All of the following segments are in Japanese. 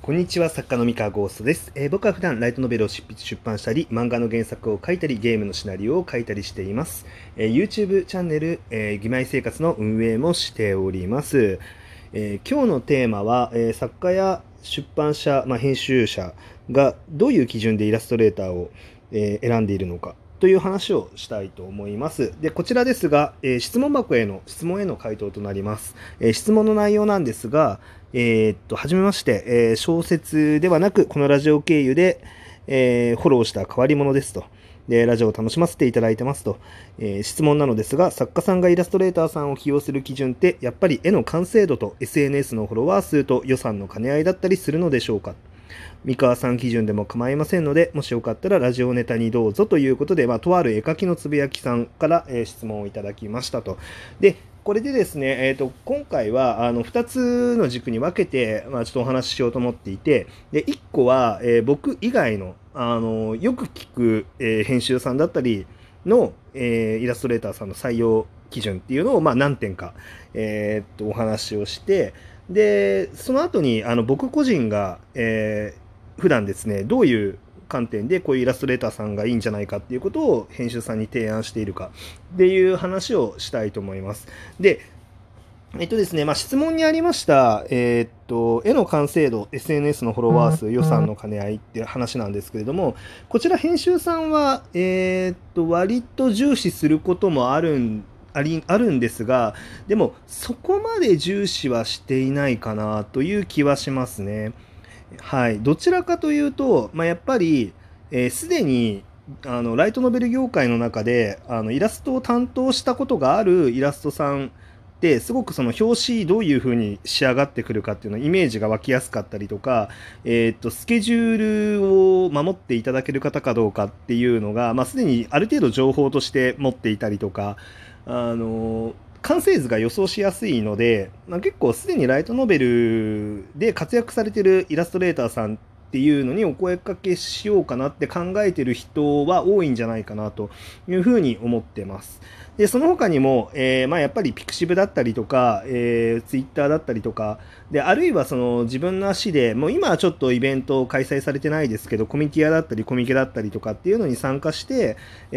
こんにちは、作家の三河ゴーストです。僕は普段ライトノベルを出版したり、漫画の原作を書いたり、ゲームのシナリオを書いたりしています。YouTube チャンネル、義妹生活の運営もしております。今日のテーマは、作家や出版社、編集者がどういう基準でイラストレーターを、選んでいるのかという話をしたいと思います。で、こちらですが、質問箱への質問への回答となります。質問の内容なんですが、はじめまして、小説ではなく、このラジオ経由で、フォローした変わり者ですと。で、ラジオを楽しませていただいてますと。質問なのですが、作家さんがイラストレーターさんを起用する基準って、やっぱり絵の完成度と SNS のフォロワー数と予算の兼ね合いだったりするのでしょうか。三河さん基準でも構いませんので、もしよかったらラジオネタにどうぞということで、とある絵描きのつぶやきさんから、質問をいただきましたと。で、これでですね、今回は2つの軸に分けて、ちょっとお話ししようと思っていて、で1個は、僕以外の、よく聞く、編集さんだったりの、イラストレーターさんの採用基準っていうのを、何点か、お話をして、でその後に僕個人が、普段ですねどういう観点でこういうイラストレーターさんがいいんじゃないかっていうことを編集さんに提案しているかっていう話をしたいと思います。で、ですね、質問にありました、絵の完成度、SNS のフォロワー数、予算の兼ね合いっていう話なんですけれども、こちら編集さんは、割と重視することもあるんですが、でもそこまで重視はしていないかなという気はしますね。はい、どちらかというと、やっぱりすでにライトノベル業界の中でイラストを担当したことがあるイラストさんってすごくその表紙どういう風に仕上がってくるかっていうのイメージが湧きやすかったりとか、スケジュールを守っていただける方かどうかっていうのが、すでにある程度情報として持っていたりとか、あの完成図が予想しやすいので、結構すでにライトノベルで活躍されてるイラストレーターさんっていうのにお声かけしようかなって考えてる人は多いんじゃないかなというふうに思ってます。で、その他にも、やっぱりピクシブだったりとか、ツイッターだったりとか、で、あるいはその自分の足で、もう今はちょっとイベント開催されてないですけど、コミティアだったりコミケだったりとかっていうのに参加して、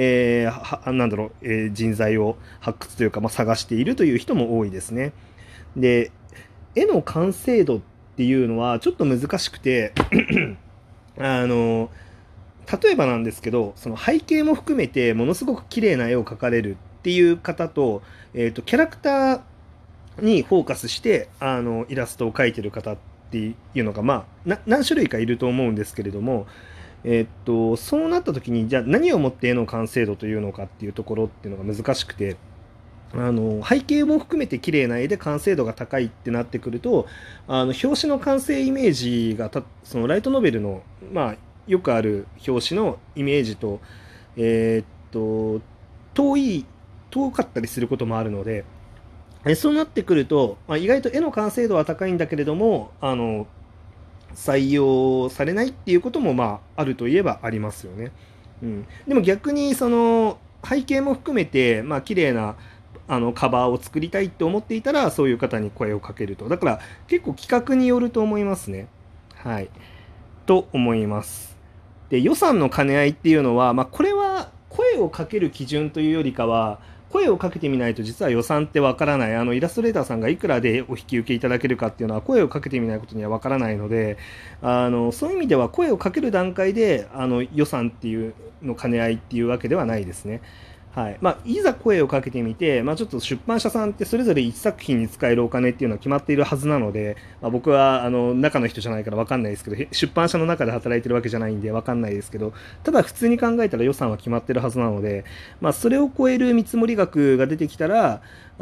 人材を発掘というか、探しているという人も多いですね。で、絵の完成度っていうのはちょっと難しくてあの例えばなんですけど、その背景も含めてものすごく綺麗な絵を描かれるっていう方と、キャラクターにフォーカスしてイラストを描いてる方っていうのが、何種類かいると思うんですけれども、そうなった時にじゃあ何をもって絵の完成度というのかっていうところっていうのが難しくて、背景も含めて綺麗な絵で完成度が高いってなってくると、表紙の完成イメージがそのライトノベルの、よくある表紙のイメージと、えーっと遠い遠かったりすることもあるので、そうなってくると、意外と絵の完成度は高いんだけれども採用されないっていうこともあるといえばありますよね。でも逆にその背景も含めて綺麗なカバーを作りたいって思っていたらそういう方に声をかけると。だから結構企画によると思いますね。はい。と思います。で、予算の兼ね合いっていうのは、これは声をかける基準というよりかは、声をかけてみないと実は予算ってわからない。イラストレーターさんがいくらでお引き受けいただけるかっていうのは声をかけてみないことにはわからないので、そういう意味では声をかける段階で予算っていうの兼ね合いっていうわけではないですね。はい。いざ声をかけてみて、ちょっと出版社さんってそれぞれ1作品に使えるお金っていうのは決まっているはずなので、僕は中の人じゃないから分かんないですけど、出版社の中で働いてるわけじゃないんで分かんないですけど、ただ普通に考えたら予算は決まってるはずなので、それを超える見積もり額が出てきたら、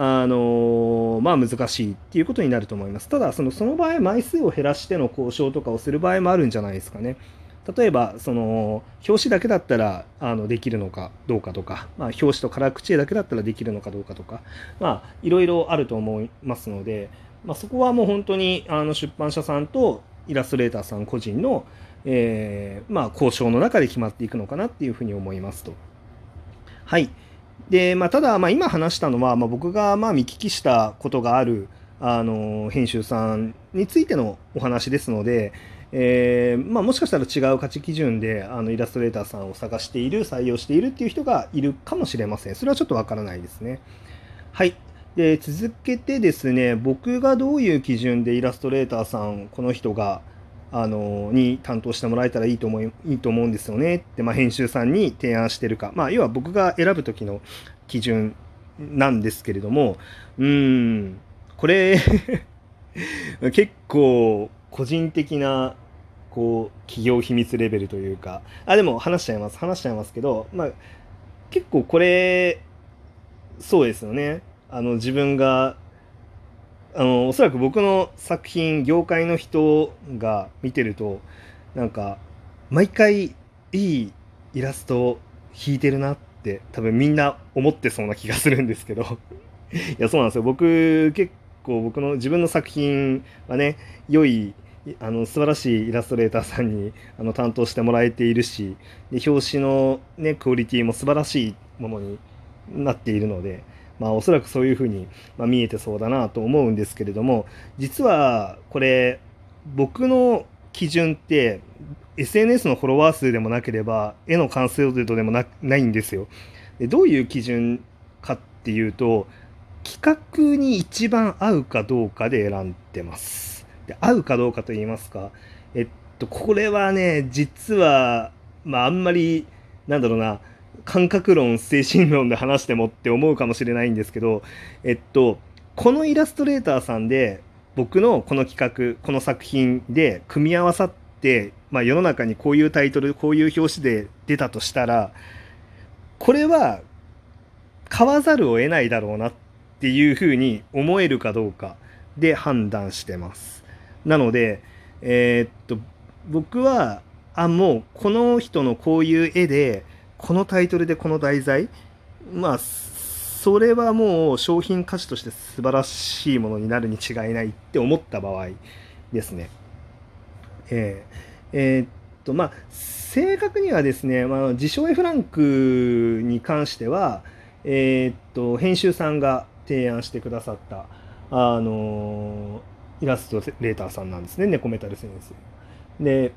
難しいっていうことになると思います。ただ、その場合、枚数を減らしての交渉とかをする場合もあるんじゃないですかね。例えばその表紙だけだったらできるのかどうかとか、表紙と辛口絵だけだったらできるのかどうかとか、いろいろあると思いますので、そこはもう本当に出版社さんとイラストレーターさん個人の、交渉の中で決まっていくのかなっていうふうに思いますと。はい。で、ただ、今話したのは、僕が見聞きしたことがある編集さんについてのお話ですので、 もしかしたら違う価値基準でイラストレーターさんを探している、採用しているっていう人がいるかもしれません。それはちょっとわからないですね。はい。で、続けてですね、僕がどういう基準でイラストレーターさん、この人が、に担当してもらえたらいいと思うんですよねって、編集さんに提案してるか。要は僕が選ぶ時の基準なんですけれども、これ結構個人的な企業秘密レベルというか、でも話しちゃいますけど、結構これそうですよね。自分がおそらく僕の作品業界の人が見てるとなんか毎回いいイラストを引いてるなって多分みんな思ってそうな気がするんですけどいやそうなんですよ。結構僕の自分の作品はね、良い素晴らしいイラストレーターさんに担当してもらえているし、で表紙のねクオリティも素晴らしいものになっているので、おそらくそういうふうに、見えてそうだなと思うんですけれども、実はこれ僕の基準って SNS のフォロワー数でもなければ絵の完成度でもないんですよ。でどういう基準かっていうと、企画に一番合うかどうかで選んでます。で合うかどうかと言いますか、これはね実はあんまりなんだろうな、感覚論精神論で話してもって思うかもしれないんですけど、このイラストレーターさんで僕のこの企画この作品で組み合わさって、世の中にこういうタイトルこういう表紙で出たとしたら、これは買わざるを得ないだろうなっていうふうに思えるかどうかで判断してます。なので、僕はもうこの人のこういう絵でこのタイトルでこの題材、それはもう商品価値として素晴らしいものになるに違いないって思った場合ですね。えーえーっ正確にはですね、自称 F ランクに関しては、編集さんが提案してくださった、イラストレーターさんなんですね、猫メタル先生。で、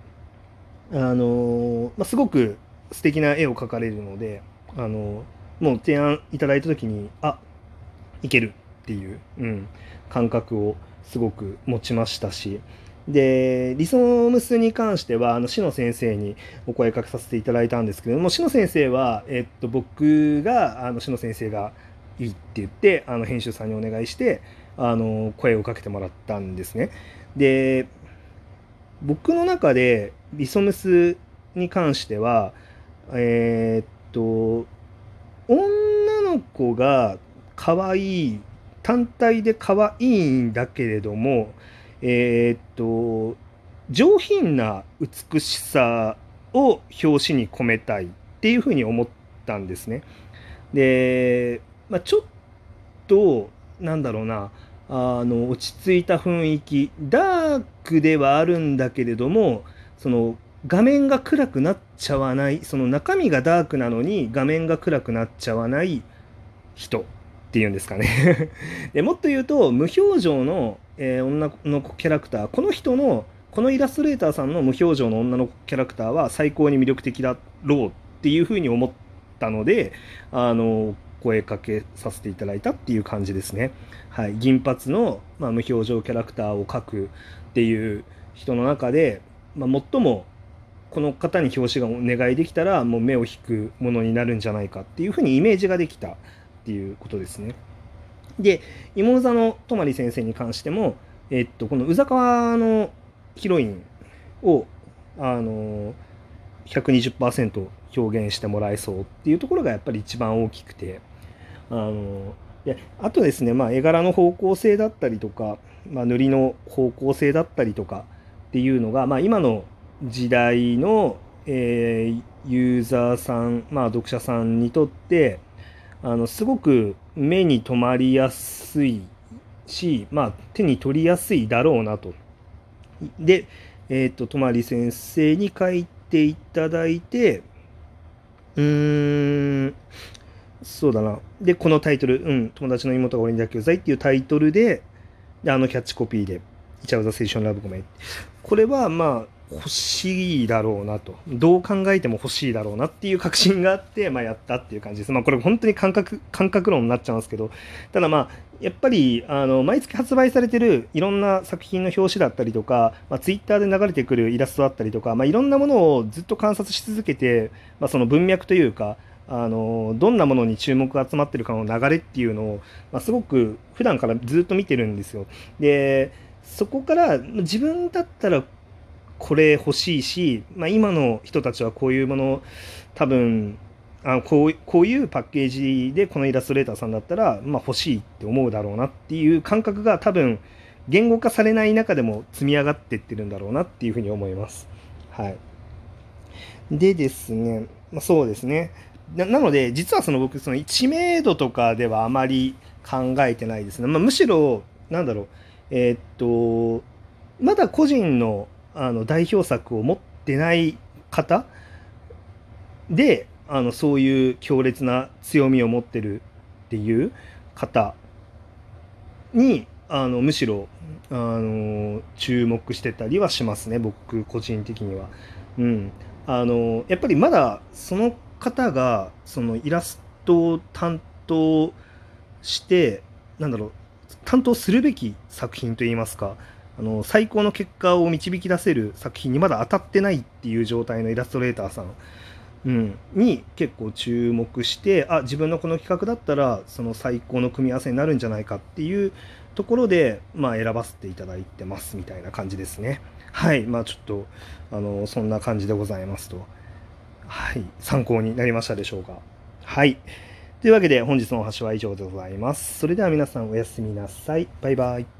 すごく素敵な絵を描かれるので、もう提案いただいた時に、いけるっていう、感覚をすごく持ちましたし、でリソムスに関しては志野先生にお声かけさせていただいたんですけれども、志野先生は、僕が志野先生がいいって言って編集さんにお願いして声をかけてもらったんですね。で僕の中でリソムスに関しては女の子が可愛い単体で可愛いんだけれども、上品な美しさを表紙に込めたいっていうふうに思ったんですね。で、ちょっとなんだろうな、落ち着いた雰囲気ダークではあるんだけれども、その画面が暗くなっちゃわない、その中身がダークなのに画面が暗くなっちゃわない人っていうんですかねでもっと言うと無表情の、女の子キャラクター、このイラストレーターさんの無表情の女の子キャラクターは最高に魅力的だろうっていうふうに思ったので声かけさせていただいたっていう感じですね。はい、銀髪の、無表情キャラクターを描くっていう人の中で、最もこの方に表紙がお願いできたらもう目を引くものになるんじゃないかっていうふうにイメージができたっていうことですね。で芋座の泊先生に関しても、この宇佐川のヒロインを120% 表現してもらえそうっていうところがやっぱり一番大きくて、あとですね、絵柄の方向性だったりとか、塗りの方向性だったりとかっていうのが、今の時代の、ユーザーさん、読者さんにとってすごく目に留まりやすいし、手に取りやすいだろうなと。で、泊先生に書いていただいて、そうだな。で、このタイトル、友達の妹が俺にだけうざいっていうタイトルで、キャッチコピーで、イチャウザ青春ラブコメ。これは、 欲しいだろうなと、どう考えても欲しいだろうなっていう確信があって、やったっていう感じです。これ本当に感覚論になっちゃうんですけど、ただやっぱり毎月発売されてるいろんな作品の表紙だったりとか、ツイッターで流れてくるイラストだったりとか、いろんなものをずっと観察し続けて、その文脈というか、どんなものに注目が集まってるかの流れっていうのを、すごく普段からずっと見てるんですよ。で、そこから自分だったらこれ欲しいし、今の人たちはこういうもの多分こういうパッケージでこのイラストレーターさんだったら、欲しいって思うだろうなっていう感覚が多分言語化されない中でも積み上がってってるんだろうなっていうふうに思います。はい。でですね、そうですね。なので実は僕その知名度とかではあまり考えてないですね。むしろなんだろう、まだ個人の代表作を持ってない方でそういう強烈な強みを持ってるっていう方にむしろ注目してたりはしますね、僕個人的には。うん、やっぱりまだその方がそのイラストを担当して担当するべき作品といいますか、最高の結果を導き出せる作品にまだ当たってないっていう状態のイラストレーターさん、に結構注目して、自分のこの企画だったらその最高の組み合わせになるんじゃないかっていうところで、選ばせていただいてますみたいな感じですね。はい、ちょっとそんな感じでございますと。はい、参考になりましたでしょうか。はい。というわけで本日のお話は以上でございます。それでは皆さんおやすみなさい。バイバイ。